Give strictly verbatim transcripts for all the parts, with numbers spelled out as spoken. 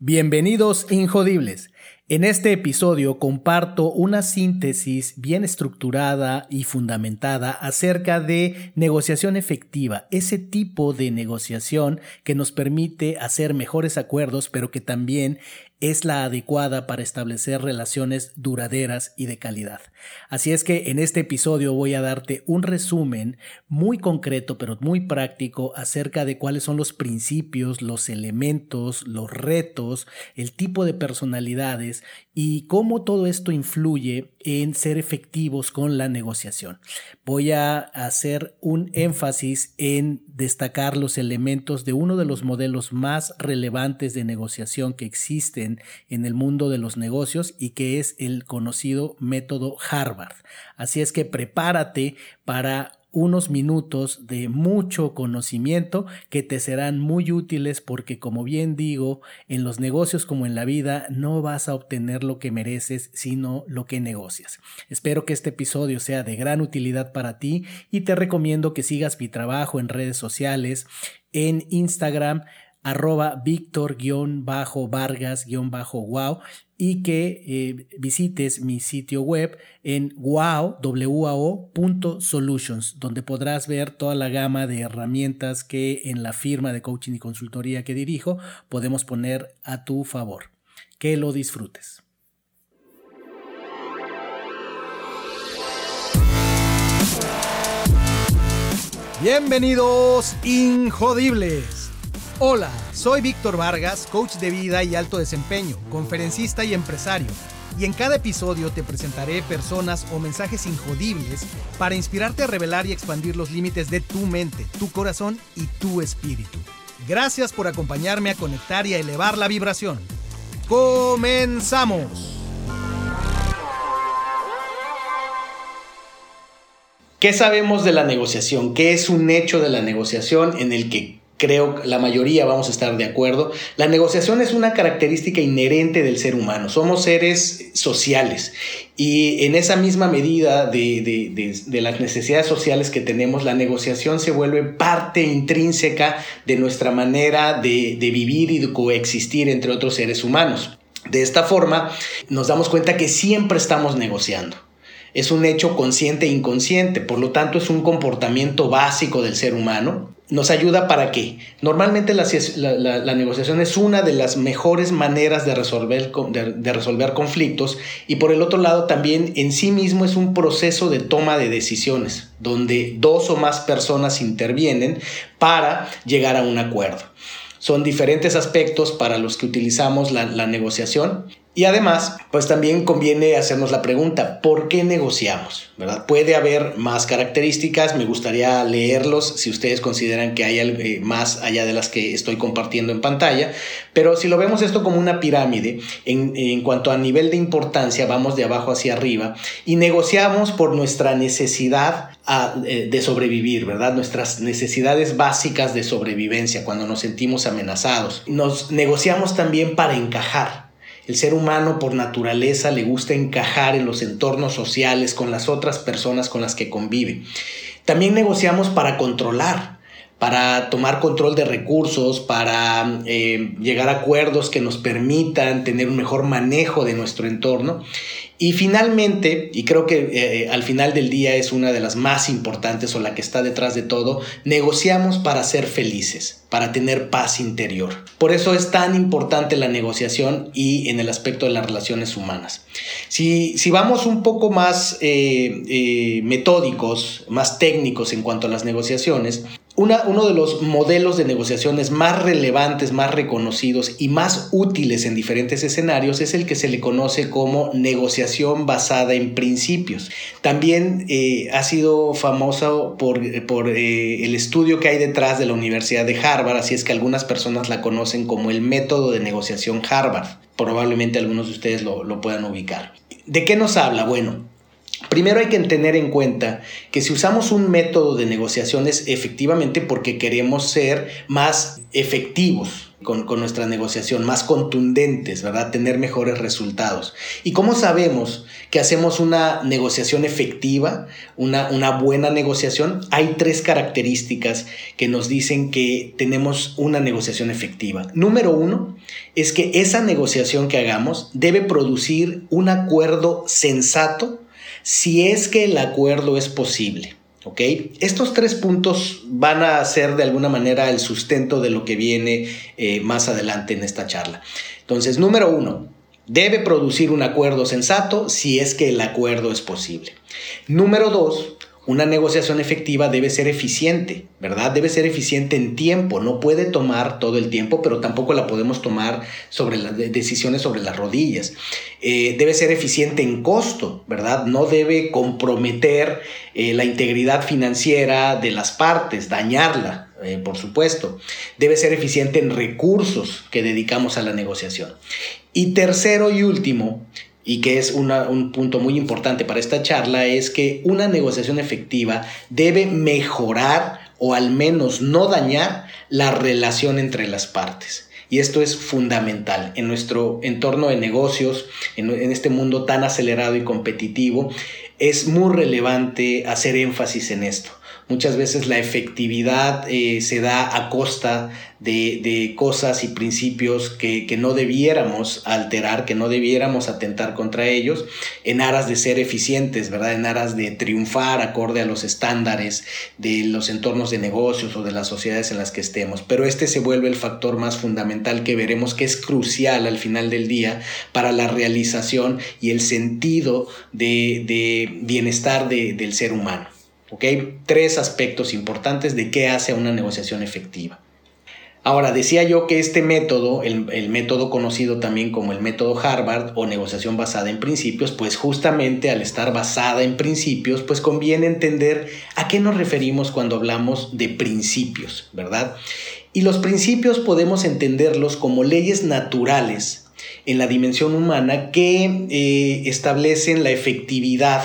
Bienvenidos Injodibles. En este episodio comparto una síntesis bien estructurada y fundamentada acerca de negociación efectiva, ese tipo de negociación que nos permite hacer mejores acuerdos, pero que también es la adecuada para establecer relaciones duraderas y de calidad. Así es que en este episodio voy a darte un resumen muy concreto pero muy práctico acerca de cuáles son los principios, los elementos, los retos, el tipo de personalidades y cómo todo esto influye en ser efectivos con la negociación. Voy a hacer un énfasis en destacar los elementos de uno de los modelos más relevantes de negociación que existen en el mundo de los negocios y que es el conocido método Harvard. Así es que prepárate para unos minutos de mucho conocimiento que te serán muy útiles porque, como bien digo, en los negocios como en la vida no vas a obtener lo que mereces, sino lo que negocias. Espero que este episodio sea de gran utilidad para ti y te recomiendo que sigas mi trabajo en redes sociales, en Instagram, arroba Víctor-Vargas-Wow y que eh, visites mi sitio web en wow punto solutions, donde podrás ver toda la gama de herramientas que en la firma de coaching y consultoría que dirijo podemos poner a tu favor. Que lo disfrutes. Bienvenidos Injodibles. Hola, soy Víctor Vargas, coach de vida y alto desempeño, conferencista y empresario. Y en cada episodio te presentaré personas o mensajes injodibles para inspirarte a revelar y expandir los límites de tu mente, tu corazón y tu espíritu. Gracias por acompañarme a conectar y a elevar la vibración. ¡Comenzamos! ¿Qué sabemos de la negociación? ¿Qué es un hecho de la negociación en el que creo que la mayoría vamos a estar de acuerdo? La negociación es una característica inherente del ser humano. Somos seres sociales y en esa misma medida de, de, de, de las necesidades sociales que tenemos, la negociación se vuelve parte intrínseca de nuestra manera de, de vivir y de coexistir entre otros seres humanos. De esta forma, nos damos cuenta que siempre estamos negociando. Es un hecho consciente e inconsciente, por lo tanto es un comportamiento básico del ser humano. ¿Nos ayuda para qué? Normalmente la, la, la negociación es una de las mejores maneras de resolver, de, de resolver conflictos y por el otro lado también en sí mismo es un proceso de toma de decisiones donde dos o más personas intervienen para llegar a un acuerdo. Son diferentes aspectos para los que utilizamos la, la negociación. Y además, pues también conviene hacernos la pregunta, ¿por qué negociamos? ¿Verdad? Puede haber más características, me gustaría leerlos si ustedes consideran que hay eh, más allá de las que estoy compartiendo en pantalla, pero si lo vemos esto como una pirámide, en, en cuanto a nivel de importancia, vamos de abajo hacia arriba y negociamos por nuestra necesidad a, eh, de sobrevivir, ¿verdad? Nuestras necesidades básicas de sobrevivencia cuando nos sentimos amenazados. Nos negociamos también para encajar. El ser humano por naturaleza le gusta encajar en los entornos sociales con las otras personas con las que convive. También negociamos para controlar, para tomar control de recursos, para eh, llegar a acuerdos que nos permitan tener un mejor manejo de nuestro entorno. Y finalmente, y creo que eh, al final del día es una de las más importantes o la que está detrás de todo, negociamos para ser felices, para tener paz interior. Por eso es tan importante la negociación y en el aspecto de las relaciones humanas. Si, si vamos un poco más eh, eh, metódicos, más técnicos en cuanto a las negociaciones, Una, uno de los modelos de negociaciones más relevantes, más reconocidos y más útiles en diferentes escenarios es el que se le conoce como negociación basada en principios. También eh, ha sido famoso por, por eh, el estudio que hay detrás de la Universidad de Harvard, así es que algunas personas la conocen como el método de negociación Harvard. Probablemente algunos de ustedes lo, lo puedan ubicar. ¿De qué nos habla? Bueno, primero hay que tener en cuenta que si usamos un método de negociación es efectivamente porque queremos ser más efectivos, con, con nuestra negociación, más contundentes, ¿verdad? Tener mejores resultados. ¿Y cómo sabemos que hacemos una negociación efectiva, una, una buena negociación? Hay tres características que nos dicen que tenemos una negociación efectiva. Número uno es que esa negociación que hagamos debe producir un acuerdo sensato si es que el acuerdo es posible. ¿Ok? Estos tres puntos van a ser de alguna manera el sustento de lo que viene eh, más adelante en esta charla. Entonces, número uno, debe producir un acuerdo sensato si es que el acuerdo es posible. Número dos, una negociación efectiva debe ser eficiente, ¿verdad? Debe ser eficiente en tiempo, no puede tomar todo el tiempo, pero tampoco la podemos tomar sobre las decisiones sobre las rodillas. Eh, debe ser eficiente en costo, ¿verdad? No debe comprometer eh, la integridad financiera de las partes, dañarla, eh, por supuesto. Debe ser eficiente en recursos que dedicamos a la negociación. Y tercero y último, y que es una, un punto muy importante para esta charla, es que una negociación efectiva debe mejorar o al menos no dañar la relación entre las partes. Y esto es fundamental en nuestro entorno de negocios, en, en este mundo tan acelerado y competitivo. Es muy relevante hacer énfasis en esto. Muchas veces la efectividad eh, se da a costa de, de cosas y principios que, que no debiéramos alterar, que no debiéramos atentar contra ellos, en aras de ser eficientes, ¿verdad? En aras de triunfar acorde a los estándares de los entornos de negocios o de las sociedades en las que estemos. Pero este se vuelve el factor más fundamental que veremos que es crucial al final del día para la realización y el sentido de, de bienestar de, del ser humano. ¿Ok? Tres aspectos importantes de qué hace una negociación efectiva. Ahora, decía yo que este método, el, el método conocido también como el método Harvard o negociación basada en principios, pues justamente al estar basada en principios, pues conviene entender a qué nos referimos cuando hablamos de principios, ¿verdad? Y los principios podemos entenderlos como leyes naturales en la dimensión humana que eh, establecen la efectividad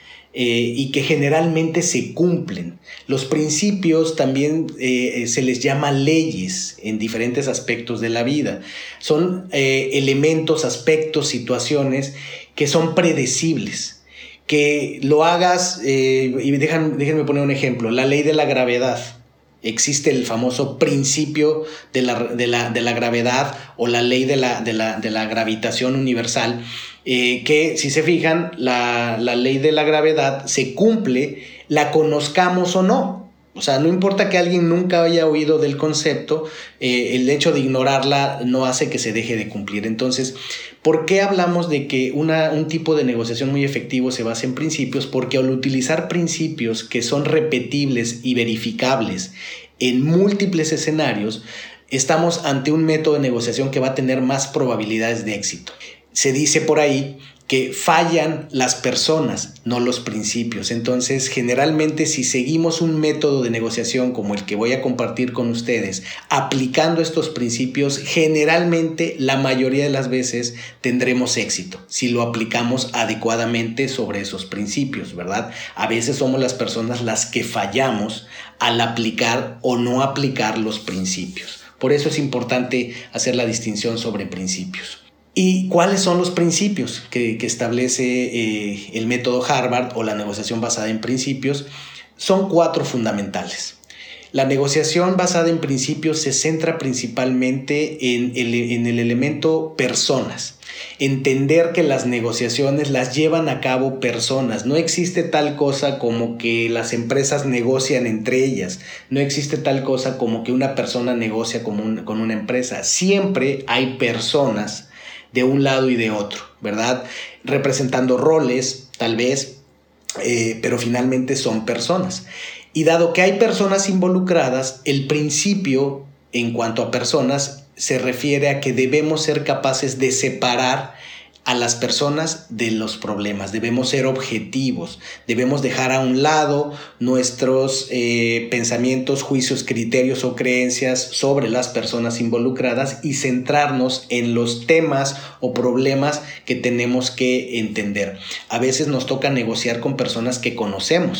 Eh, y que generalmente se cumplen. Los principios también eh, se les llama leyes en diferentes aspectos de la vida. Son eh, elementos, aspectos, situaciones que son predecibles. Que lo hagas, eh, y dejan, déjenme poner un ejemplo, la ley de la gravedad. Existe el famoso principio de la, de la, de la gravedad o la ley de la, de la, de la gravitación universal, eh, que si se fijan, la, la ley de la gravedad se cumple, la conozcamos o no. O sea, no importa que alguien nunca haya oído del concepto, eh, el hecho de ignorarla no hace que se deje de cumplir. Entonces, ¿por qué hablamos de que una, un tipo de negociación muy efectivo se basa en principios? Porque al utilizar principios que son repetibles y verificables en múltiples escenarios, estamos ante un método de negociación que va a tener más probabilidades de éxito. Se dice por ahí que fallan las personas, no los principios. Entonces, generalmente, si seguimos un método de negociación como el que voy a compartir con ustedes, aplicando estos principios, generalmente, la mayoría de las veces tendremos éxito, si lo aplicamos adecuadamente sobre esos principios, ¿verdad? A veces somos las personas las que fallamos al aplicar o no aplicar los principios. Por eso es importante hacer la distinción sobre principios. ¿Y cuáles son los principios que, que establece eh, el método Harvard o la negociación basada en principios? Son cuatro fundamentales. La negociación basada en principios se centra principalmente en el, en el elemento personas. Entender que las negociaciones las llevan a cabo personas. No existe tal cosa como que las empresas negocian entre ellas. No existe tal cosa como que una persona negocia con, un, con una empresa. Siempre hay personas de un lado y de otro, ¿verdad? Representando roles, tal vez, eh, pero finalmente son personas. Y dado que hay personas involucradas, el principio en cuanto a personas se refiere a que debemos ser capaces de separar a las personas de los problemas. Debemos ser objetivos, debemos dejar a un lado nuestros eh, pensamientos, juicios, criterios o creencias sobre las personas involucradas y centrarnos en los temas o problemas que tenemos que entender. A veces nos toca negociar con personas que conocemos,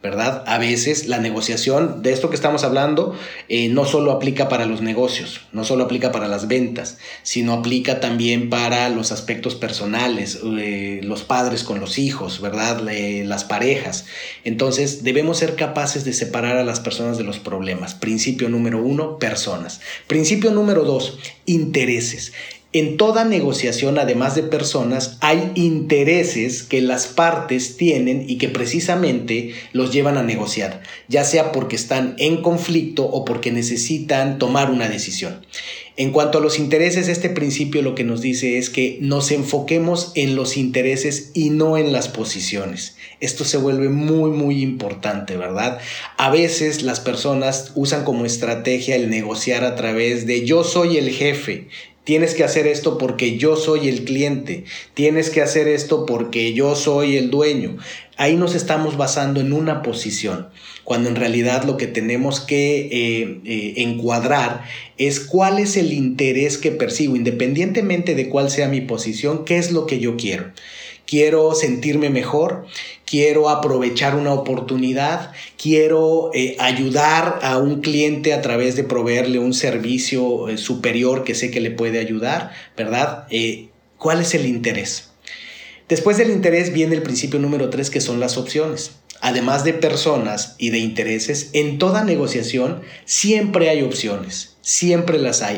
¿verdad? A veces la negociación de esto que estamos hablando eh, no solo aplica para los negocios, no solo aplica para las ventas, sino aplica también para los aspectos personales, eh, los padres con los hijos, ¿verdad? Eh, las parejas. Entonces debemos ser capaces de separar a las personas de los problemas. Principio número uno, personas. Principio número dos, intereses. En toda negociación, además de personas, hay intereses que las partes tienen y que precisamente los llevan a negociar, ya sea porque están en conflicto o porque necesitan tomar una decisión. En cuanto a los intereses, este principio lo que nos dice es que nos enfoquemos en los intereses y no en las posiciones. Esto se vuelve muy, muy importante, ¿verdad? A veces las personas usan como estrategia el negociar a través de yo soy el jefe. Tienes que hacer esto porque yo soy el cliente. Tienes que hacer esto porque yo soy el dueño. Ahí nos estamos basando en una posición, cuando en realidad lo que tenemos que eh, eh, encuadrar es cuál es el interés que persigo, independientemente de cuál sea mi posición, qué es lo que yo quiero. Quiero sentirme mejor, quiero aprovechar una oportunidad, quiero eh, ayudar a un cliente a través de proveerle un servicio eh, superior que sé que le puede ayudar, ¿verdad? Eh, ¿Cuál es el interés? Después del interés viene el principio número tres, que son las opciones. Además de personas y de intereses, en toda negociación siempre hay opciones, siempre las hay.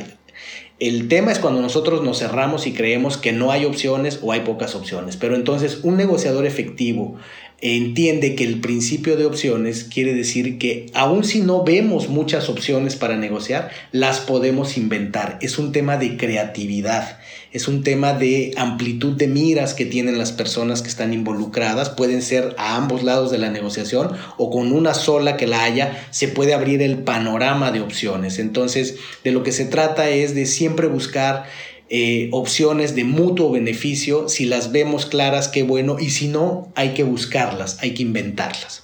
El tema es cuando nosotros nos cerramos y creemos que no hay opciones o hay pocas opciones. Pero entonces un negociador efectivo entiende que el principio de opciones quiere decir que aun si no vemos muchas opciones para negociar, las podemos inventar. Es un tema de creatividad, es un tema de amplitud de miras que tienen las personas que están involucradas. Pueden ser a ambos lados de la negociación o con una sola que la haya, se puede abrir el panorama de opciones. Entonces, de lo que se trata es de siempre buscar Eh, opciones de mutuo beneficio. Si las vemos claras, qué bueno, y si no, hay que buscarlas, hay que inventarlas.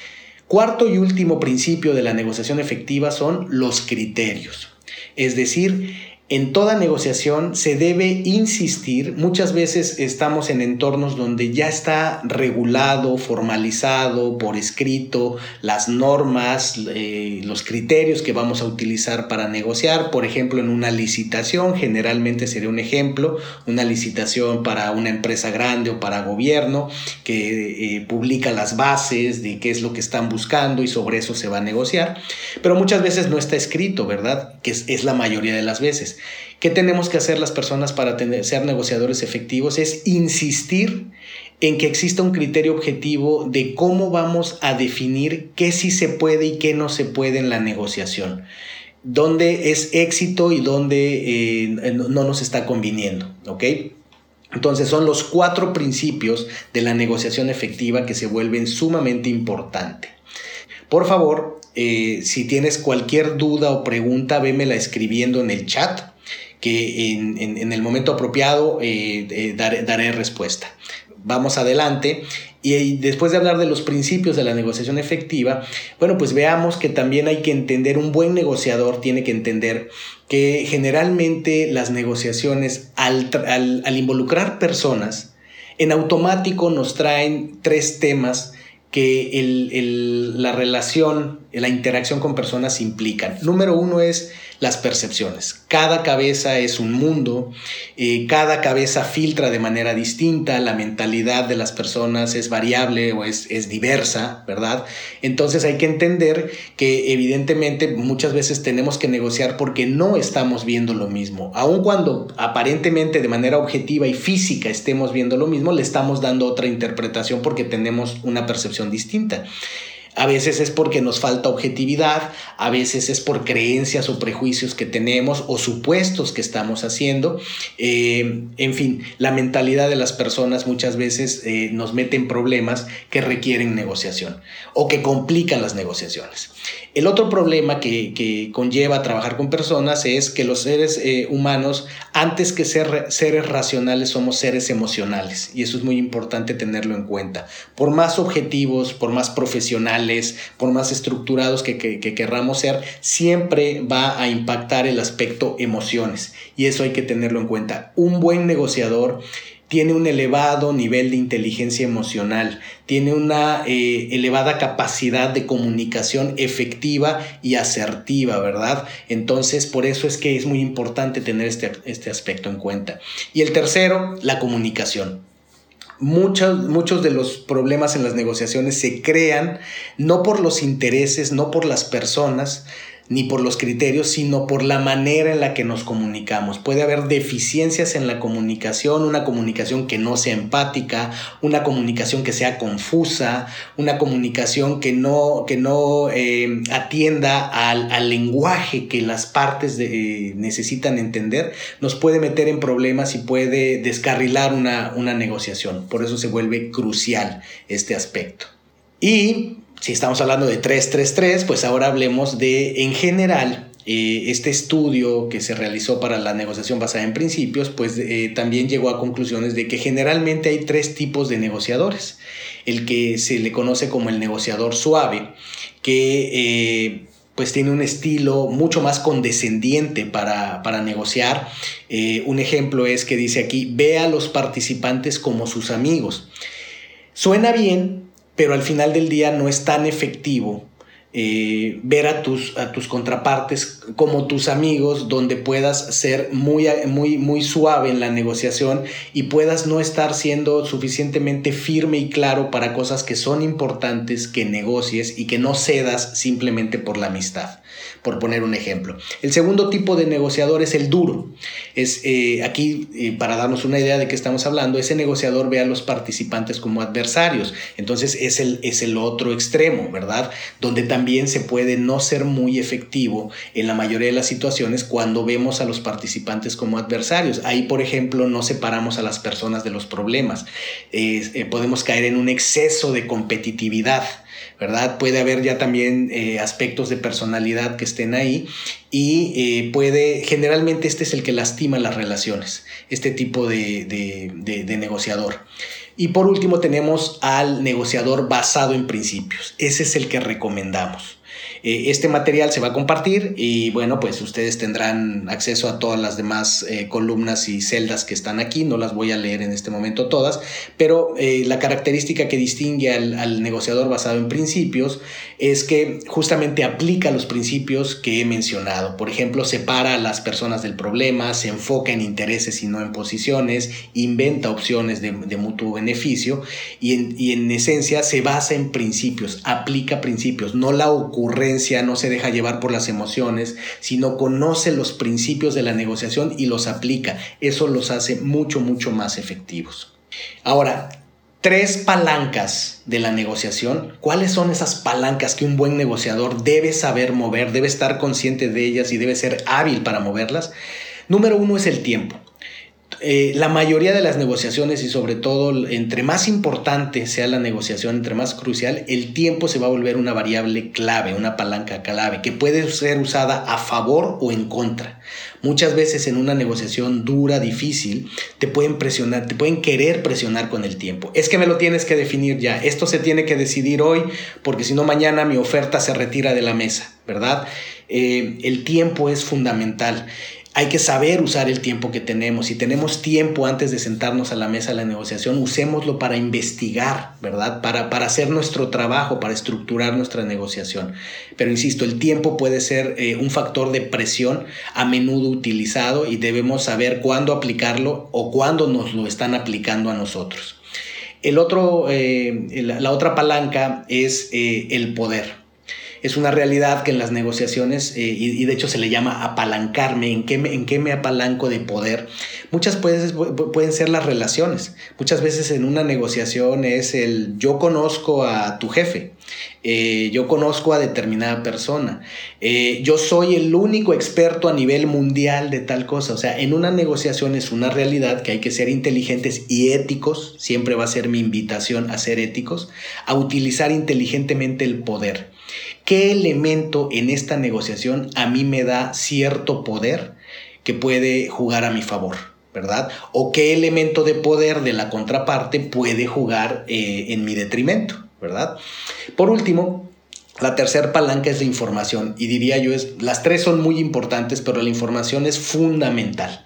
Cuarto y último principio de la negociación efectiva son los criterios. Es decir, en toda negociación se debe insistir. Muchas veces estamos en entornos donde ya está regulado, formalizado, por escrito, las normas, eh, los criterios que vamos a utilizar para negociar. Por ejemplo, en una licitación, generalmente sería un ejemplo, una licitación para una empresa grande o para gobierno que eh, publica las bases de qué es lo que están buscando y sobre eso se va a negociar. Pero muchas veces no está escrito, ¿verdad? Que es, es la mayoría de las veces. ¿Qué tenemos que hacer las personas para tener, ser negociadores efectivos? Es insistir en que exista un criterio objetivo de cómo vamos a definir qué sí se puede y qué no se puede en la negociación. Dónde es éxito y dónde eh, no nos está conviniendo, ¿ok? Entonces son los cuatro principios de la negociación efectiva que se vuelven sumamente importantes. Por favor, eh, si tienes cualquier duda o pregunta, vémela escribiendo en el chat, que en, en, en el momento apropiado eh, eh, daré, daré respuesta. Vamos adelante. Y, y después de hablar de los principios de la negociación efectiva, bueno, pues veamos que también hay que entender, un buen negociador tiene que entender que generalmente las negociaciones, al, al, al involucrar personas, en automático nos traen tres temas que el, el, la relación, la interacción con personas implican. Número uno es las percepciones. Cada cabeza es un mundo, eh, cada cabeza filtra de manera distinta, la mentalidad de las personas es variable o es, es diversa, ¿verdad? Entonces hay que entender que evidentemente muchas veces tenemos que negociar porque no estamos viendo lo mismo. Aun cuando aparentemente de manera objetiva y física estemos viendo lo mismo, le estamos dando otra interpretación porque tenemos una percepción distinta. A veces es porque nos falta objetividad, a veces es por creencias o prejuicios que tenemos o supuestos que estamos haciendo. Eh, en fin, la mentalidad de las personas muchas veces eh, nos mete en problemas que requieren negociación o que complican las negociaciones. El otro problema que, que conlleva trabajar con personas es que los seres eh, humanos, antes que ser seres racionales, somos seres emocionales, y eso es muy importante tenerlo en cuenta. Por más objetivos, por más profesionales, por más estructurados que, que, que querramos ser, siempre va a impactar el aspecto emociones, y eso hay que tenerlo en cuenta. Un buen negociador tiene un elevado nivel de inteligencia emocional, tiene una eh, elevada capacidad de comunicación efectiva y asertiva, ¿verdad? Entonces, por eso es que es muy importante tener este, este aspecto en cuenta. Y el tercero, la comunicación. Muchos, muchos de los problemas en las negociaciones se crean no por los intereses, no por las personas, ni por los criterios, sino por la manera en la que nos comunicamos. Puede haber deficiencias en la comunicación, una comunicación que no sea empática, una comunicación que sea confusa, una comunicación que no, que no eh, atienda al, al lenguaje que las partes de, eh, necesitan entender, nos puede meter en problemas y puede descarrilar una, una negociación. Por eso se vuelve crucial este aspecto. Y si estamos hablando de tres tres tres, pues ahora hablemos de, en general, eh, este estudio que se realizó para la negociación basada en principios, pues eh, también llegó a conclusiones de que generalmente hay tres tipos de negociadores. El que se le conoce como el negociador suave, que eh, pues tiene un estilo mucho más condescendiente para, para negociar. Eh, un ejemplo es que dice aquí, ve a los participantes como sus amigos. Suena bien, pero al final del día no es tan efectivo eh, ver a tus, a tus contrapartes como tus amigos, donde puedas ser muy, muy, muy suave en la negociación y puedas no estar siendo suficientemente firme y claro para cosas que son importantes que negocies y que no cedas simplemente por la amistad, por poner un ejemplo. El segundo tipo de negociador es el duro. Es, eh, aquí, eh, para darnos una idea de qué estamos hablando, ese negociador ve a los participantes como adversarios. Entonces es el, es el otro extremo, ¿verdad? Donde también se puede no ser muy efectivo en la mayoría de las situaciones cuando vemos a los participantes como adversarios. Ahí, por ejemplo, no separamos a las personas de los problemas. Eh, eh, podemos caer en un exceso de competitividad, ¿verdad? Puede haber ya también eh, aspectos de personalidad que estén ahí y eh, puede, generalmente este es el que lastima las relaciones, este tipo de, de, de, de negociador. Y por último tenemos al negociador basado en principios. Ese es el que recomendamos. Eh, este material se va a compartir y bueno, pues ustedes tendrán acceso a todas las demás eh, columnas y celdas que están aquí. No las voy a leer en este momento todas, pero eh, la característica que distingue al, al negociador basado en principios es que justamente aplica los principios que he mencionado. Por ejemplo, separa a las personas del problema, se enfoca en intereses y no en posiciones, inventa opciones de, de mutuo beneficio y en, y en esencia se basa en principios, aplica principios, no la ocurrencia, no se deja llevar por las emociones, sino conoce los principios de la negociación y los aplica. Eso los hace mucho, mucho más efectivos. Ahora, tres palancas de la negociación. ¿Cuáles son esas palancas que un buen negociador debe saber mover, debe estar consciente de ellas y debe ser hábil para moverlas? Número uno es el tiempo. Eh, la mayoría de las negociaciones y sobre todo entre más importante sea la negociación, entre más crucial, el tiempo se va a volver una variable clave, una palanca clave que puede ser usada a favor o en contra. Muchas veces en una negociación dura, difícil, te pueden presionar, te pueden querer presionar con el tiempo. Es que me lo tienes que definir ya, esto se tiene que decidir hoy porque si no mañana mi oferta se retira de la mesa, ¿verdad? Eh, el tiempo es fundamental. Hay que saber usar el tiempo que tenemos. Si tenemos tiempo antes de sentarnos a la mesa de la negociación, usémoslo para investigar, ¿verdad? Para, para hacer nuestro trabajo, para estructurar nuestra negociación. Pero insisto, el tiempo puede ser eh, un factor de presión a menudo utilizado y debemos saber cuándo aplicarlo o cuándo nos lo están aplicando a nosotros. El otro, eh, la, la otra palanca es eh, el poder. Es una realidad que en las negociaciones, eh, y, y de hecho se le llama apalancarme, ¿en qué me, en qué me apalanco de poder? Muchas veces pueden ser las relaciones. Muchas veces en una negociación es el yo conozco a tu jefe, eh, yo conozco a determinada persona, eh, yo soy el único experto a nivel mundial de tal cosa. O sea, en una negociación es una realidad que hay que ser inteligentes y éticos, siempre va a ser mi invitación a ser éticos, a utilizar inteligentemente el poder. ¿Qué elemento en esta negociación a mí me da cierto poder que puede jugar a mi favor, ¿verdad? ¿O qué elemento de poder de la contraparte puede jugar eh, en mi detrimento, ¿verdad? Por último, la tercera palanca es la información y diría yo, es, las tres son muy importantes, pero la información es fundamental.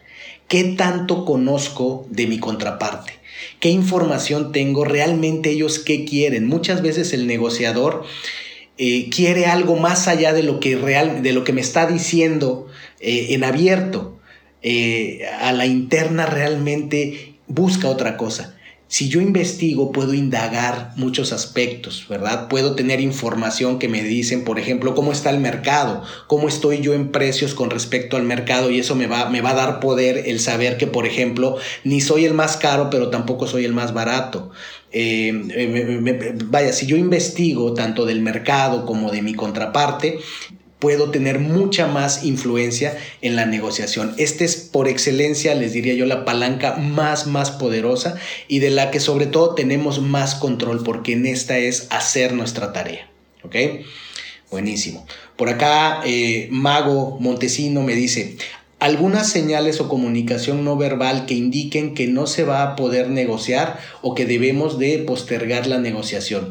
¿Qué tanto conozco de mi contraparte? ¿Qué información tengo? ¿Realmente ellos qué quieren? Muchas veces el negociador eh, quiere algo más allá de lo que, real, de lo que me está diciendo eh, en abierto. Eh, a la interna realmente busca otra cosa. Si yo investigo, puedo indagar muchos aspectos, ¿verdad? Puedo tener información que me dicen, por ejemplo, cómo está el mercado, cómo estoy yo en precios con respecto al mercado, y eso me va, me va a dar poder el saber que, por ejemplo, ni soy el más caro, pero tampoco soy el más barato. Eh, me, me, vaya, si yo investigo tanto del mercado como de mi contraparte, puedo tener mucha más influencia en la negociación. Esta es por excelencia, les diría yo, la palanca más, más poderosa y de la que sobre todo tenemos más control, porque en esta es hacer nuestra tarea. ¿Ok? Buenísimo. Por acá, eh, Mago Montesino me dice, algunas señales o comunicación no verbal que indiquen que no se va a poder negociar o que debemos de postergar la negociación.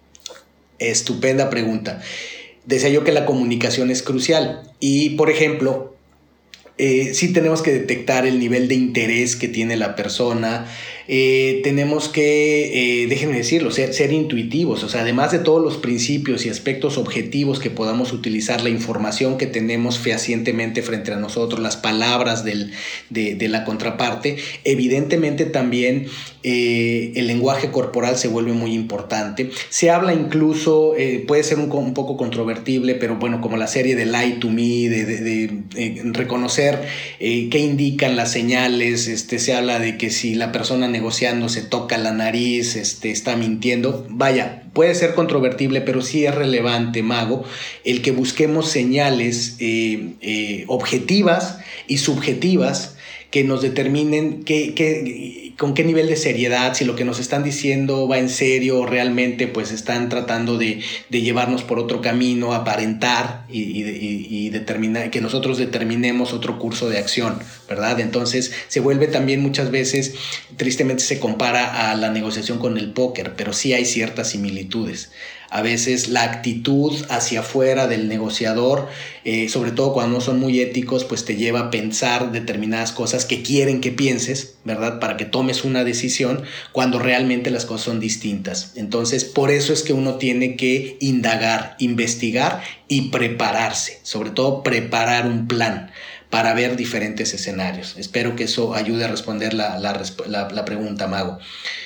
Estupenda pregunta. Decía yo que la comunicación es crucial y, por ejemplo, eh, sí tenemos que detectar el nivel de interés que tiene la persona. Eh, tenemos que, eh, déjenme decirlo, ser, ser intuitivos. O sea, además de todos los principios y aspectos objetivos que podamos utilizar, la información que tenemos fehacientemente frente a nosotros, las palabras del, de, de la contraparte, evidentemente también eh, el lenguaje corporal se vuelve muy importante. Se habla incluso, eh, puede ser un, un poco controvertible, pero bueno, como la serie de Lie to Me, de, de, de eh, reconocer eh, qué indican las señales. Este, se habla de que si la persona negociando se toca la nariz, este, está mintiendo. Vaya, puede ser controvertible, pero sí es relevante, Mago, el que busquemos señales eh, eh, objetivas y subjetivas que nos determinen qué, qué, con qué nivel de seriedad, si lo que nos están diciendo va en serio o realmente pues están tratando de, de llevarnos por otro camino, aparentar y, y, y determinar, que nosotros determinemos otro curso de acción, ¿verdad? Entonces se vuelve también muchas veces, tristemente se compara a la negociación con el póker, pero sí hay ciertas similitudes. A veces la actitud hacia afuera del negociador, eh, sobre todo cuando no son muy éticos, pues te lleva a pensar determinadas cosas que quieren que pienses, ¿verdad? Para que tomes una decisión cuando realmente las cosas son distintas. Entonces, por eso es que uno tiene que indagar, investigar y prepararse, sobre todo preparar un plan para ver diferentes escenarios. Espero que eso ayude a responder la, la, la, la pregunta, Mago.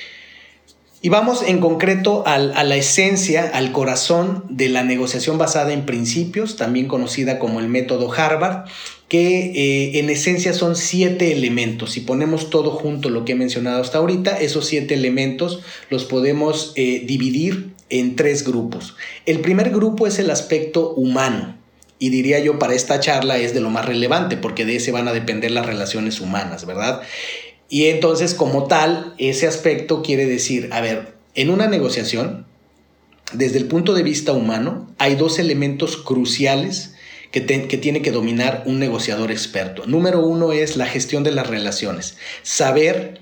Y vamos en concreto al, a la esencia, al corazón de la negociación basada en principios, también conocida como el método Harvard, que eh, en esencia son siete elementos. Si ponemos todo junto lo que he mencionado hasta ahorita, esos siete elementos los podemos eh, dividir en tres grupos. El primer grupo es el aspecto humano. Y diría yo, para esta charla es de lo más relevante, porque de ese van a depender las relaciones humanas, ¿verdad? Y entonces, como tal, ese aspecto quiere decir, a ver, en una negociación, desde el punto de vista humano, hay dos elementos cruciales que, te, que tiene que dominar un negociador experto. Número uno es la gestión de las relaciones. Saber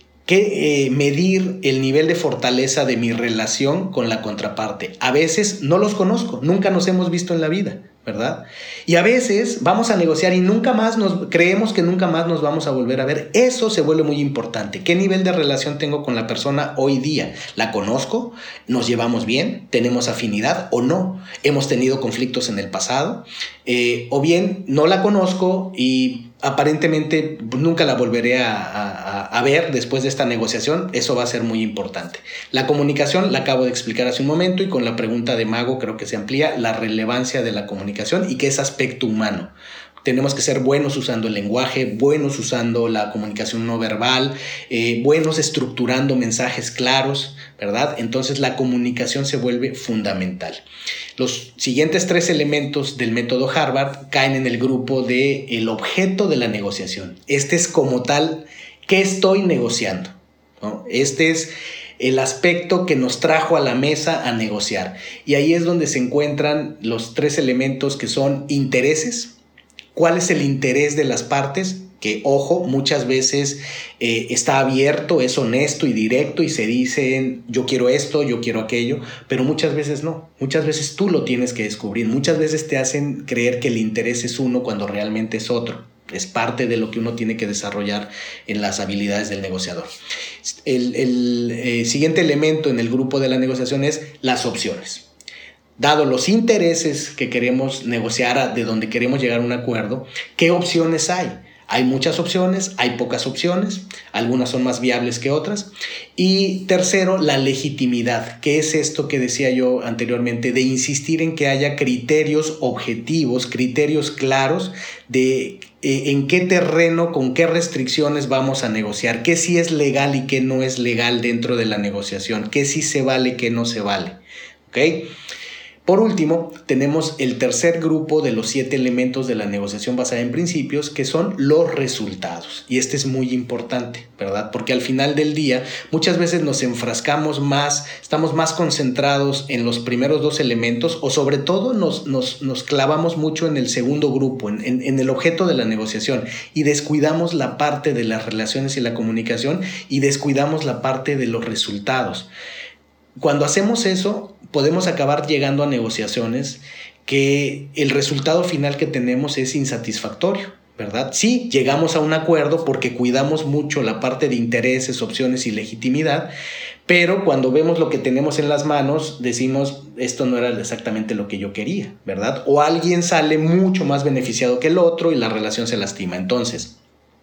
que, eh, medir el nivel de fortaleza de mi relación con la contraparte. A veces no los conozco, nunca nos hemos visto en la vida, ¿verdad? Y a veces vamos a negociar y nunca más nos creemos que nunca más nos vamos a volver a ver. Eso se vuelve muy importante. ¿Qué nivel de relación tengo con la persona hoy día? ¿La conozco? ¿Nos llevamos bien? ¿Tenemos afinidad o no? ¿Hemos tenido conflictos en el pasado? Eh, o bien no la conozco y aparentemente nunca la volveré a, a, a ver después de esta negociación. Eso va a ser muy importante. La comunicación la acabo de explicar hace un momento, y con la pregunta de Mago creo que se amplía la relevancia de la comunicación y que es aspecto humano. Tenemos que ser buenos usando el lenguaje, buenos usando la comunicación no verbal, eh, buenos estructurando mensajes claros, ¿verdad? Entonces la comunicación se vuelve fundamental. Los siguientes tres elementos del método Harvard caen en el grupo del objeto de la negociación. Este es como tal, ¿qué estoy negociando? ¿No? Este es el aspecto que nos trajo a la mesa a negociar. Y ahí es donde se encuentran los tres elementos que son intereses. ¿Cuál es el interés de las partes? Que, ojo, muchas veces eh, está abierto, es honesto y directo y se dicen yo quiero esto, yo quiero aquello, pero muchas veces no. Muchas veces tú lo tienes que descubrir. Muchas veces te hacen creer que el interés es uno cuando realmente es otro, Es parte de lo que uno tiene que desarrollar en las habilidades del negociador. El, el eh, siguiente elemento en el grupo de la negociación es las opciones. Dado los intereses que queremos negociar, de donde queremos llegar a un acuerdo, ¿qué opciones hay? Hay muchas opciones, hay pocas opciones, algunas son más viables que otras. Y tercero, la legitimidad, que es esto que decía yo anteriormente, de insistir en que haya criterios objetivos, criterios claros de eh, en qué terreno, con qué restricciones vamos a negociar, qué sí es legal y qué no es legal dentro de la negociación, qué sí se vale, qué no se vale. ¿Ok? Por último, tenemos el tercer grupo de los siete elementos de la negociación basada en principios, que son los resultados. Y este es muy importante, ¿verdad? Porque al final del día, muchas veces nos enfrascamos más, estamos más concentrados en los primeros dos elementos, o sobre todo nos, nos, nos clavamos mucho en el segundo grupo, en, en, en el objeto de la negociación, y descuidamos la parte de las relaciones y la comunicación, y descuidamos la parte de los resultados. Cuando hacemos eso, podemos acabar llegando a negociaciones que el resultado final que tenemos es insatisfactorio, ¿verdad? Sí, llegamos a un acuerdo porque cuidamos mucho la parte de intereses, opciones y legitimidad, pero cuando vemos lo que tenemos en las manos, decimos, esto no era exactamente lo que yo quería, ¿verdad? O alguien sale mucho más beneficiado que el otro y la relación se lastima. Entonces,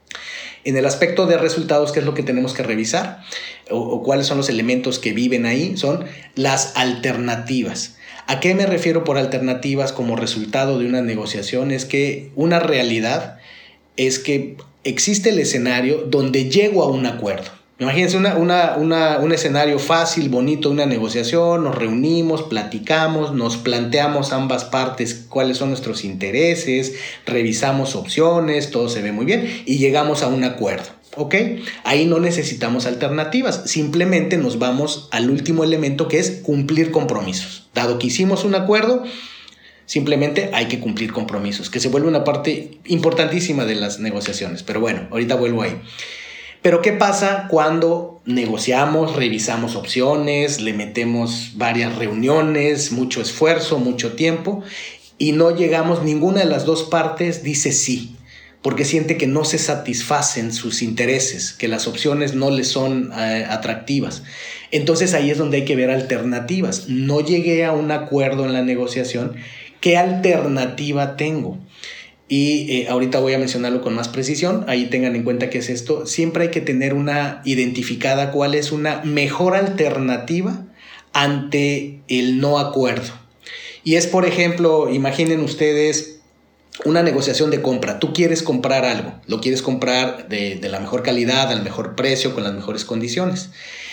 en el aspecto de resultados, ¿qué es lo que tenemos que revisar? O, o cuáles son los elementos que viven ahí, son las alternativas. ¿A qué me refiero por alternativas como resultado de una negociación? Es que una realidad es que existe el escenario donde llego a un acuerdo. Imagínense una, una, una, un escenario fácil, bonito, una negociación, nos reunimos, platicamos, nos planteamos ambas partes cuáles son nuestros intereses, revisamos opciones, todo se ve muy bien y llegamos a un acuerdo, ¿ok? Ahí no necesitamos alternativas, simplemente nos vamos al último elemento, que es cumplir compromisos. Dado que hicimos un acuerdo, simplemente hay que cumplir compromisos, que se vuelve una parte importantísima de las negociaciones, pero bueno, ahorita vuelvo ahí. Pero ¿qué pasa cuando negociamos, revisamos opciones, le metemos varias reuniones, mucho esfuerzo, mucho tiempo y no llegamos, ninguna de las dos partes dice sí, porque siente que no se satisfacen sus intereses, que las opciones no les son eh, atractivas? Entonces ahí es donde hay que ver alternativas. No llegué a un acuerdo en la negociación, ¿qué alternativa tengo? Y eh, ahorita voy a mencionarlo con más precisión, ahí tengan en cuenta qué es esto. Siempre hay que tener una identificada cuál es una mejor alternativa ante el no acuerdo. Y es, por ejemplo, imaginen ustedes una negociación de compra. Tú quieres comprar algo, lo quieres comprar de, de la mejor calidad, al mejor precio, con las mejores condiciones.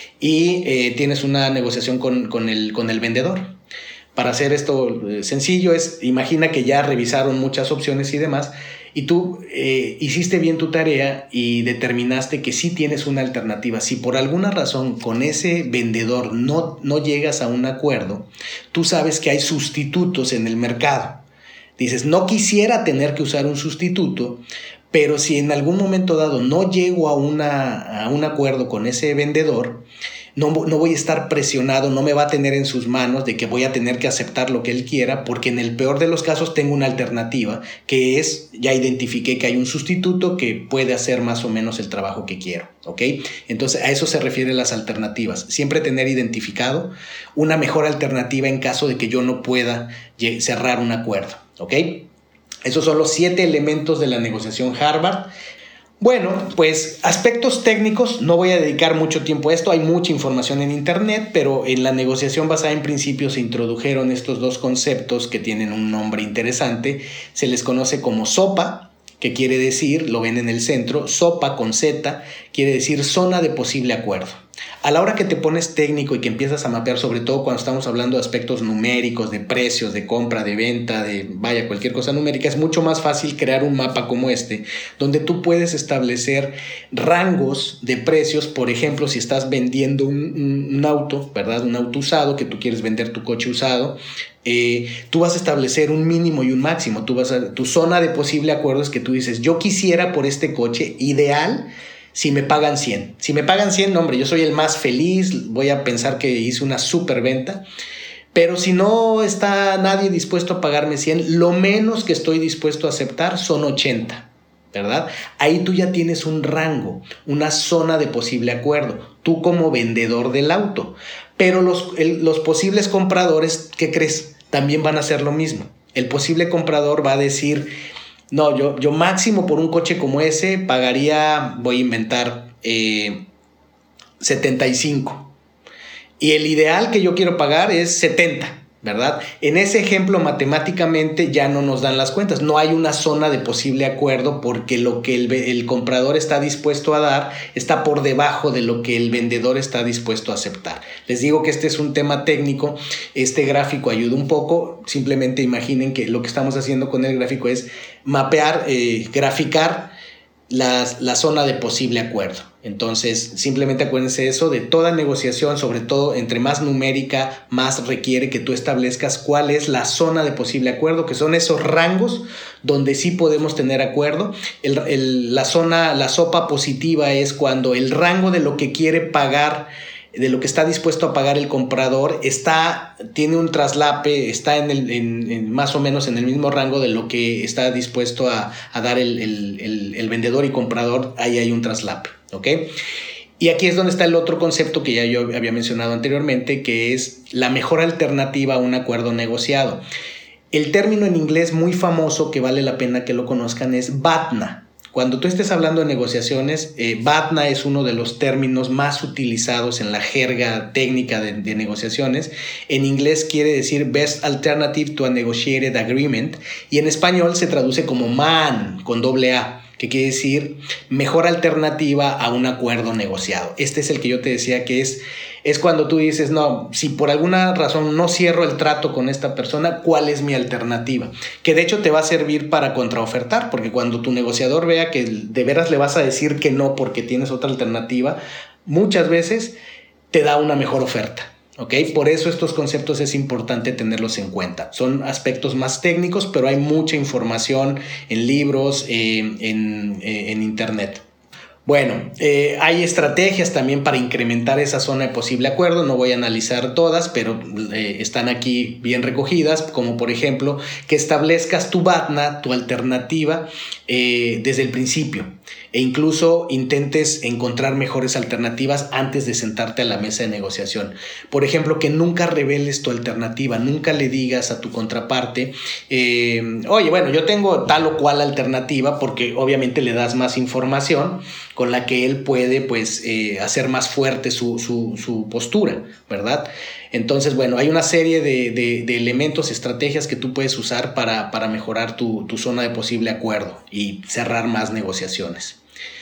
Y eh, tienes una negociación con, con, el, con el vendedor. Para hacer esto sencillo es, imagina que ya revisaron muchas opciones y demás, y tú eh, hiciste bien tu tarea y determinaste que sí tienes una alternativa. Si por alguna razón con ese vendedor no, no llegas a un acuerdo, tú sabes que hay sustitutos en el mercado. Dices, no quisiera tener que usar un sustituto, pero si en algún momento dado no llego a, una, a un acuerdo con ese vendedor, No, no voy a estar presionado, no me va a tener en sus manos de que voy a tener que aceptar lo que él quiera, porque en el peor de los casos tengo una alternativa, que es, ya identifiqué que hay un sustituto que puede hacer más o menos el trabajo que quiero, ¿ok? Entonces a eso se refieren las alternativas, siempre tener identificado una mejor alternativa en caso de que yo no pueda cerrar un acuerdo, ¿ok? Esos son los siete elementos de la negociación Harvard. Bueno, pues aspectos técnicos, no voy a dedicar mucho tiempo a esto, hay mucha información en internet, pero en la negociación basada en principios se introdujeron estos dos conceptos que tienen un nombre interesante. Se les conoce como SOPA, que quiere decir, lo ven en el centro, SOPA con Z, quiere decir zona de posible acuerdo. A la hora que te pones técnico y que empiezas a mapear, sobre todo cuando estamos hablando de aspectos numéricos, de precios, de compra, de venta, de vaya, cualquier cosa numérica, es mucho más fácil crear un mapa como este, donde tú puedes establecer rangos de precios. Por ejemplo, si estás vendiendo un, un, un auto, ¿verdad? Un auto usado, que tú quieres vender tu coche usado, eh, tú vas a establecer un mínimo y un máximo. Tú vas a, tu zona de posible acuerdo es que tú dices, yo quisiera por este coche ideal si me pagan cien. Si me pagan cien, no, hombre, yo soy el más feliz, voy a pensar que hice una super venta. Pero si no está nadie dispuesto a pagarme cien, lo menos que estoy dispuesto a aceptar son ochenta. ¿verdad? Ahí tú ya tienes un rango, una zona de posible acuerdo, tú como vendedor del auto. Pero los, el, los posibles compradores, ¿qué crees? También van a hacer lo mismo. El posible comprador va a decir, no, yo, yo máximo por un coche como ese pagaría, voy a inventar, eh, setenta y cinco. Y el ideal que yo quiero pagar es setenta. ¿Verdad? En ese ejemplo matemáticamente ya no nos dan las cuentas, no hay una zona de posible acuerdo porque lo que el, el comprador está dispuesto a dar está por debajo de lo que el vendedor está dispuesto a aceptar. Les digo que este es un tema técnico, este gráfico ayuda un poco, simplemente imaginen que lo que estamos haciendo con el gráfico es mapear, eh, graficar La, la zona de posible acuerdo. Entonces, simplemente acuérdense eso, de toda negociación, sobre todo entre más numérica, más requiere que tú establezcas cuál es la zona de posible acuerdo, que son esos rangos donde sí podemos tener acuerdo. El, el, la zona, la sopa positiva es cuando el rango de lo que quiere pagar, de lo que está dispuesto a pagar el comprador, está, tiene un traslape, está en el, en, en más o menos en el mismo rango de lo que está dispuesto a, a dar el, el, el, el vendedor y comprador, ahí hay un traslape, ¿ok? Y aquí es donde está el otro concepto que ya yo había mencionado anteriormente, que es la mejor alternativa a un acuerdo negociado. El término en inglés muy famoso que vale la pena que lo conozcan es B A T N A. Cuando tú estés hablando de negociaciones, eh, B A T N A es uno de los términos más utilizados en la jerga técnica de, de negociaciones. En inglés quiere decir Best Alternative to a Negotiated Agreement y en español se traduce como M A N con doble A, que quiere decir mejor alternativa a un acuerdo negociado. Este es el que yo te decía que es, es cuando tú dices, no, si por alguna razón no cierro el trato con esta persona, ¿cuál es mi alternativa? Que de hecho te va a servir para contraofertar, porque cuando tu negociador vea que de veras le vas a decir que no porque tienes otra alternativa, muchas veces te da una mejor oferta. ¿Okay? Por eso estos conceptos es importante tenerlos en cuenta. Son aspectos más técnicos, pero hay mucha información en libros, eh, en, eh, en internet. Bueno, eh, hay estrategias también para incrementar esa zona de posible acuerdo. No voy a analizar todas, pero eh, están aquí bien recogidas, como por ejemplo que establezcas tu B A T N A, tu alternativa, eh, desde el principio. E incluso intentes encontrar mejores alternativas antes de sentarte a la mesa de negociación. Por ejemplo, que nunca reveles tu alternativa, nunca le digas a tu contraparte, eh, oye, bueno, yo tengo tal o cual alternativa, porque obviamente le das más información con la que él puede pues, eh, hacer más fuerte su, su, su postura, ¿verdad? Entonces, bueno, hay una serie de, de, de elementos, estrategias que tú puedes usar para, para mejorar tu, tu zona de posible acuerdo y cerrar más negociaciones.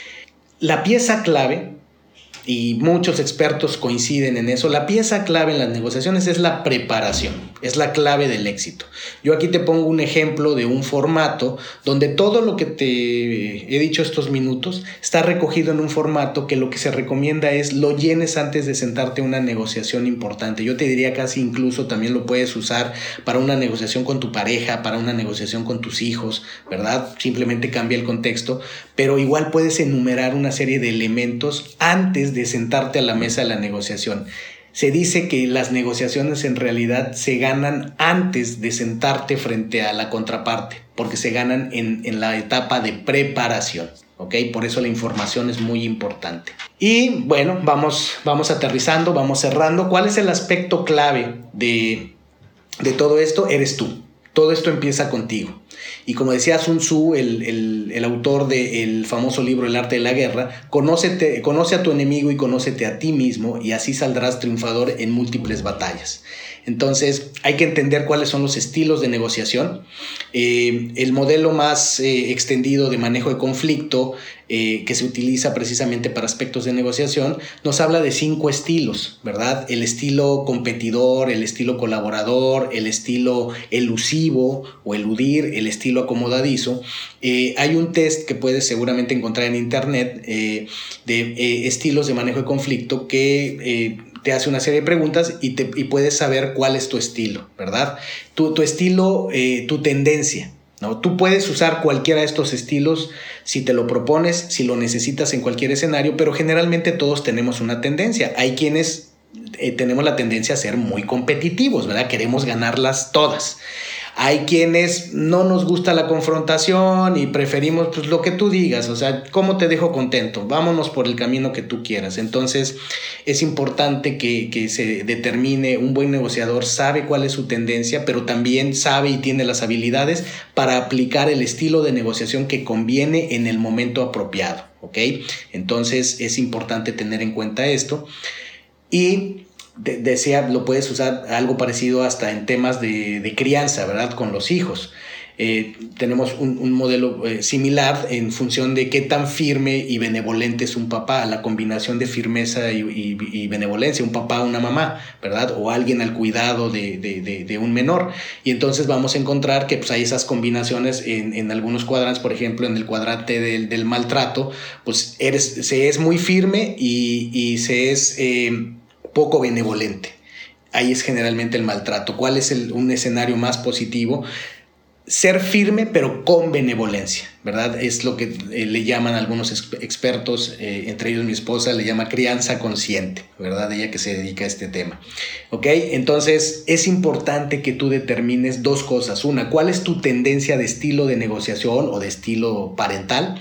La pieza clave, y muchos expertos coinciden en eso, la pieza clave en las negociaciones es la preparación, es la clave del éxito. Yo aquí te pongo un ejemplo de un formato donde todo lo que te he dicho estos minutos está recogido en un formato que lo que se recomienda es lo llenes antes de sentarte a una negociación importante. Yo te diría casi incluso también lo puedes usar para una negociación con tu pareja, para una negociación con tus hijos, ¿verdad? Simplemente cambia el contexto, pero igual puedes enumerar una serie de elementos antes de sentarte a la mesa de la negociación. Se dice que las negociaciones en realidad se ganan antes de sentarte frente a la contraparte, porque se ganan en, en la etapa de preparación, ¿ok? Por eso la información es muy importante. Y bueno, vamos, vamos aterrizando, vamos cerrando. ¿Cuál es el aspecto clave de, de todo esto? Eres tú. Todo esto empieza contigo. Y como decía Sun Tzu, el, el, el autor del famoso libro El arte de la guerra, conócete, conoce a tu enemigo y conócete a ti mismo y así saldrás triunfador en múltiples batallas. Entonces hay que entender cuáles son los estilos de negociación. Eh, el modelo más eh, extendido de manejo de conflicto eh, que se utiliza precisamente para aspectos de negociación nos habla de cinco estilos, ¿verdad? El estilo competidor, el estilo colaborador, el estilo elusivo o eludir, el estilo acomodadizo. Eh, hay un test que puedes seguramente encontrar en internet eh, de eh, estilos de manejo de conflicto que eh, te hace una serie de preguntas y, te, y puedes saber cuál es tu estilo, ¿verdad? Tu, tu estilo, eh, tu tendencia, ¿no? Tú puedes usar cualquiera de estos estilos si te lo propones, si lo necesitas en cualquier escenario, pero generalmente todos tenemos una tendencia. Hay quienes eh, tenemos la tendencia a ser muy competitivos, ¿verdad? Queremos ganarlas todas. Hay quienes no nos gusta la confrontación y preferimos pues lo que tú digas, o sea, ¿cómo te dejo contento? Vámonos por el camino que tú quieras. Entonces es importante que, que se determine, un buen negociador sabe cuál es su tendencia, pero también sabe y tiene las habilidades para aplicar el estilo de negociación que conviene en el momento apropiado, ¿ok? Entonces es importante tener en cuenta esto. Y de, decía, lo puedes usar algo parecido hasta en temas de, de crianza, ¿verdad? Con los hijos. Eh, tenemos un, un modelo eh, similar en función de qué tan firme y benevolente es un papá, la combinación de firmeza y, y, y benevolencia, un papá, una mamá, ¿verdad? O alguien al cuidado de, de, de, de un menor. Y entonces vamos a encontrar que pues, hay esas combinaciones en, en algunos cuadrantes, por ejemplo, en el cuadrante del, del maltrato, pues eres, se es muy firme y, y se es eh, poco benevolente. Ahí es generalmente el maltrato. ¿Cuál es el, un escenario más positivo? Ser firme pero con benevolencia, ¿verdad? Es lo que eh, le llaman algunos ex- expertos, eh, entre ellos mi esposa, le llama crianza consciente, ¿verdad? Ella que se dedica a este tema. ¿Ok? Entonces es importante que tú determines dos cosas. Una, ¿cuál es tu tendencia de estilo de negociación o de estilo parental?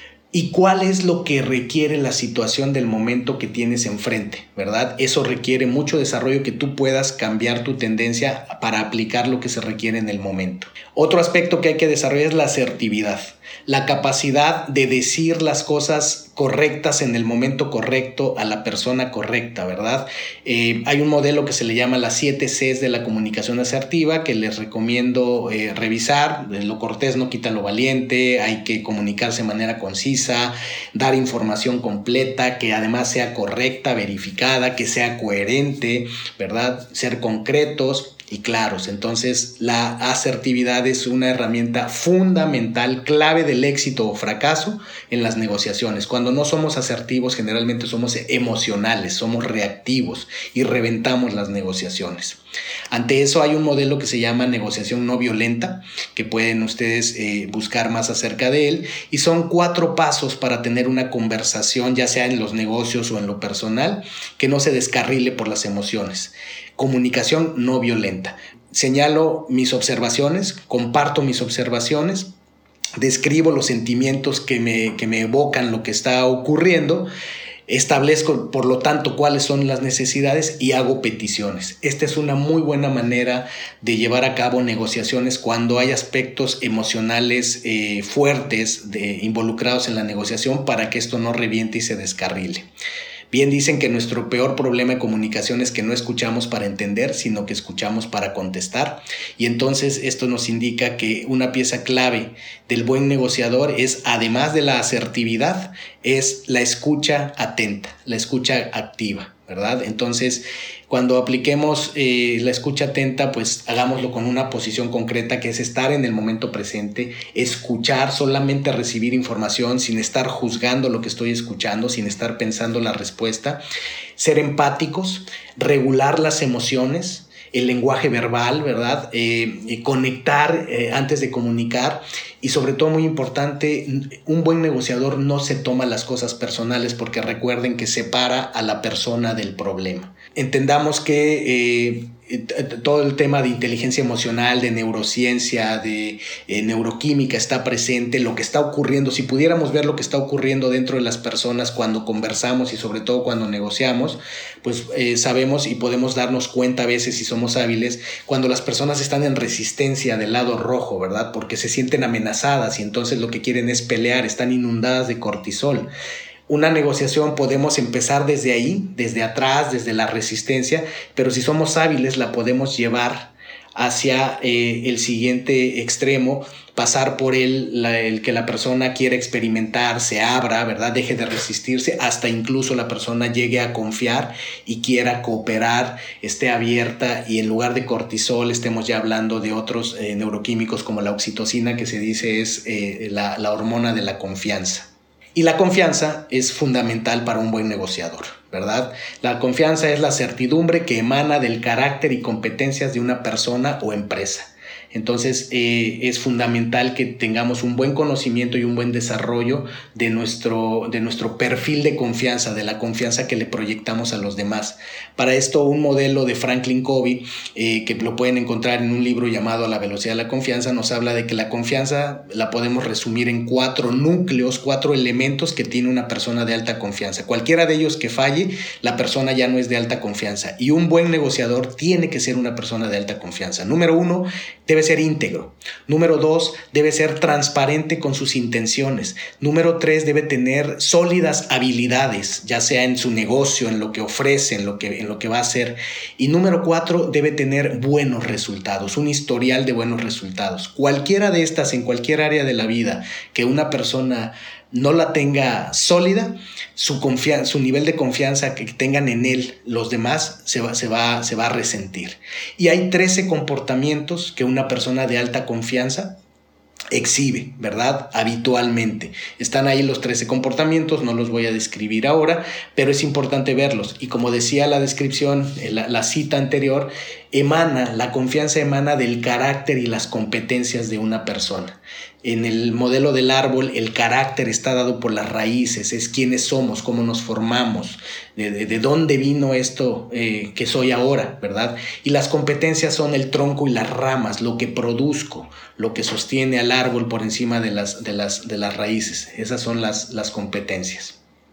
¿Y cuál es lo que requiere la situación del momento que tienes enfrente, ¿verdad? Eso requiere mucho desarrollo, que tú puedas cambiar tu tendencia para aplicar lo que se requiere en el momento. Otro aspecto que hay que desarrollar es la asertividad, la capacidad de decir las cosas correctas en el momento correcto a la persona correcta, ¿verdad? Eh, hay un modelo que se le llama las siete Cs de la comunicación asertiva, que les recomiendo eh, revisar. Lo cortés no quita lo valiente, hay que comunicarse de manera concisa, dar información completa, que además sea correcta, verificada, que sea coherente, ¿verdad? Ser concretos y claros. Entonces la asertividad es una herramienta fundamental, clave del éxito o fracaso en las negociaciones. Cuando no somos asertivos, generalmente somos emocionales, somos reactivos y reventamos las negociaciones. Ante eso hay un modelo que se llama negociación no violenta, que pueden ustedes eh, buscar más acerca de él, y son cuatro pasos para tener una conversación, ya sea en los negocios o en lo personal, que no se descarrile por las emociones. Comunicación no violenta. Señalo mis observaciones, comparto mis observaciones, describo los sentimientos que me, que me evocan lo que está ocurriendo, establezco, por lo tanto, cuáles son las necesidades y hago peticiones. Esta es una muy buena manera de llevar a cabo negociaciones cuando hay aspectos emocionales eh, fuertes de, involucrados en la negociación, para que esto no reviente y se descarrile. Bien dicen que nuestro peor problema de comunicación es que no escuchamos para entender, sino que escuchamos para contestar. Y entonces esto nos indica que una pieza clave del buen negociador es, además de la asertividad, es la escucha atenta, la escucha activa, ¿verdad? Entonces, cuando apliquemos eh, la escucha atenta, pues hagámoslo con una posición concreta, que es estar en el momento presente, escuchar, solamente recibir información sin estar juzgando lo que estoy escuchando, sin estar pensando la respuesta, ser empáticos, regular las emociones, el lenguaje verbal, ¿verdad? Eh, conectar eh, antes de comunicar, y sobre todo, muy importante, un buen negociador no se toma las cosas personales, porque recuerden que separa a la persona del problema. Entendamos que eh, todo el tema de inteligencia emocional, de neurociencia, de eh, neuroquímica está presente, lo que está ocurriendo. Si pudiéramos ver lo que está ocurriendo dentro de las personas cuando conversamos y sobre todo cuando negociamos, pues eh, sabemos y podemos darnos cuenta a veces, si somos hábiles, cuando las personas están en resistencia del lado rojo, ¿verdad? Porque se sienten amenazadas y entonces lo que quieren es pelear, están inundadas de cortisol. Una negociación podemos empezar desde ahí, desde atrás, desde la resistencia, pero si somos hábiles la podemos llevar hacia eh, el siguiente extremo, pasar por el, la, el que la persona quiera experimentar, se abra, ¿verdad? Deje de resistirse, hasta incluso la persona llegue a confiar y quiera cooperar, esté abierta, y en lugar de cortisol estemos ya hablando de otros eh, neuroquímicos como la oxitocina, que se dice es eh, la, la hormona de la confianza. Y la confianza es fundamental para un buen negociador, ¿verdad? La confianza es la certidumbre que emana del carácter y competencias de una persona o empresa. Entonces eh, es fundamental que tengamos un buen conocimiento y un buen desarrollo de nuestro, de nuestro perfil de confianza, de la confianza que le proyectamos a los demás. Para esto, un modelo de Franklin Covey, eh, que lo pueden encontrar en un libro llamado A la velocidad de la confianza, nos habla de que la confianza la podemos resumir en cuatro núcleos, cuatro elementos que tiene una persona de alta confianza. Cualquiera de ellos que falle, la persona ya no es de alta confianza. Y un buen negociador tiene que ser una persona de alta confianza. Número uno, debe ser íntegro. Número dos, debe ser transparente con sus intenciones. Número tres, debe tener sólidas habilidades, ya sea en su negocio, en lo que ofrece, en lo que, en lo que va a hacer. Y número cuatro, debe tener buenos resultados, un historial de buenos resultados. Cualquiera de estas, en cualquier área de la vida, que una persona no la tenga sólida, su, confianza, su nivel de confianza que tengan en él los demás se va, se, va, se va a resentir. Y hay trece comportamientos que una persona de alta confianza exhibe, ¿verdad? Habitualmente. Están ahí los trece comportamientos, no los voy a describir ahora, pero es importante verlos. Y como decía la descripción, la, la cita anterior, emana, la confianza emana del carácter y las competencias de una persona. En el modelo del árbol, el carácter está dado por las raíces, es quiénes somos, cómo nos formamos, de, de, de dónde vino esto eh, que soy ahora, ¿verdad? Y las competencias son el tronco y las ramas, lo que produzco, lo que sostiene al árbol por encima de las, de las, de las raíces. Esas son las, las competencias.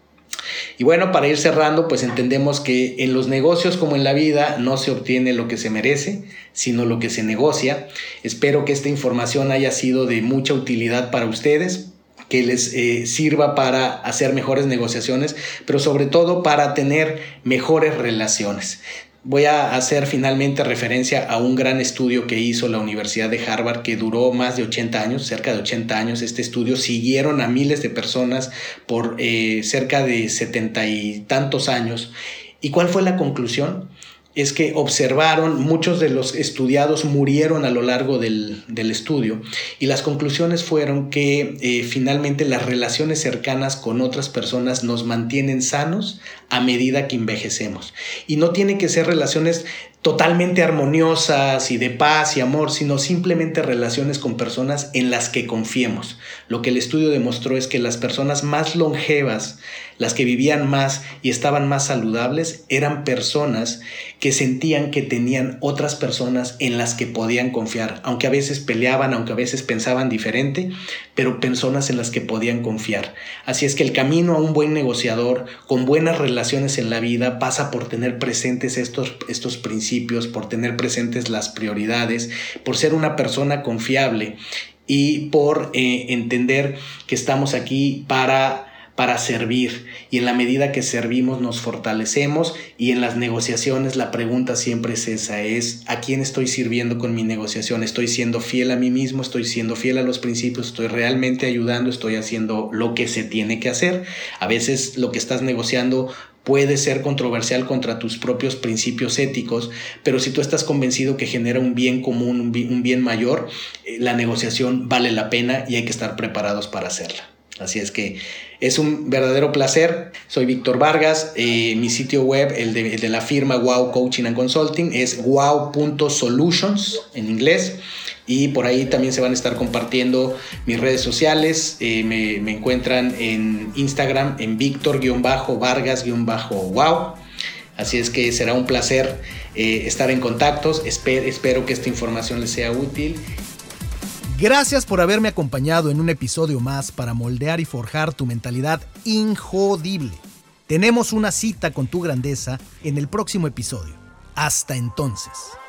Y bueno, para ir cerrando, pues entendemos que en los negocios como en la vida no se obtiene lo que se merece, sino lo que se negocia. Espero que esta información haya sido de mucha utilidad para ustedes, que les eh, sirva para hacer mejores negociaciones, pero sobre todo para tener mejores relaciones. Voy a hacer finalmente referencia a un gran estudio que hizo la Universidad de Harvard, que duró más de ochenta años, cerca de ochenta años. Este estudio siguieron a miles de personas por eh, cerca de setenta y tantos años. ¿Y cuál fue la conclusión? Es que observaron, muchos de los estudiados murieron a lo largo del, del estudio, y las conclusiones fueron que eh, finalmente las relaciones cercanas con otras personas nos mantienen sanos a medida que envejecemos. Y no tiene que ser relaciones totalmente armoniosas y de paz y amor, sino simplemente relaciones con personas en las que confiemos. Lo que el estudio demostró es que las personas más longevas, las que vivían más y estaban más saludables, eran personas que sentían que tenían otras personas en las que podían confiar, aunque a veces peleaban, aunque a veces pensaban diferente, pero personas en las que podían confiar. Así es que el camino a un buen negociador con buenas relaciones en la vida pasa por tener presentes estos, estos principios, por tener presentes las prioridades, por ser una persona confiable y por eh, entender que estamos aquí para para servir, y en la medida que servimos nos fortalecemos. Y en las negociaciones la pregunta siempre es esa, es ¿a quién estoy sirviendo con mi negociación? ¿Estoy siendo fiel a mí mismo? ¿Estoy siendo fiel a los principios? ¿Estoy realmente ayudando? ¿Estoy haciendo lo que se tiene que hacer? A veces lo que estás negociando puede ser controversial contra tus propios principios éticos, pero si tú estás convencido que genera un bien común, un bien, un bien mayor, eh, la negociación vale la pena y hay que estar preparados para hacerla. Así es que es un verdadero placer. Soy Víctor Vargas. Eh, mi sitio web, el de, el de la firma Wow Coaching and Consulting, es wow punto solutions en inglés. Y por ahí también se van a estar compartiendo mis redes sociales. Eh, me, me encuentran en Instagram en Víctor-Vargas-Wow. Así es que será un placer eh, estar en contactos. Esper, espero que esta información les sea útil. Gracias por haberme acompañado en un episodio más para moldear y forjar tu mentalidad injodible. Tenemos una cita con tu grandeza en el próximo episodio. Hasta entonces.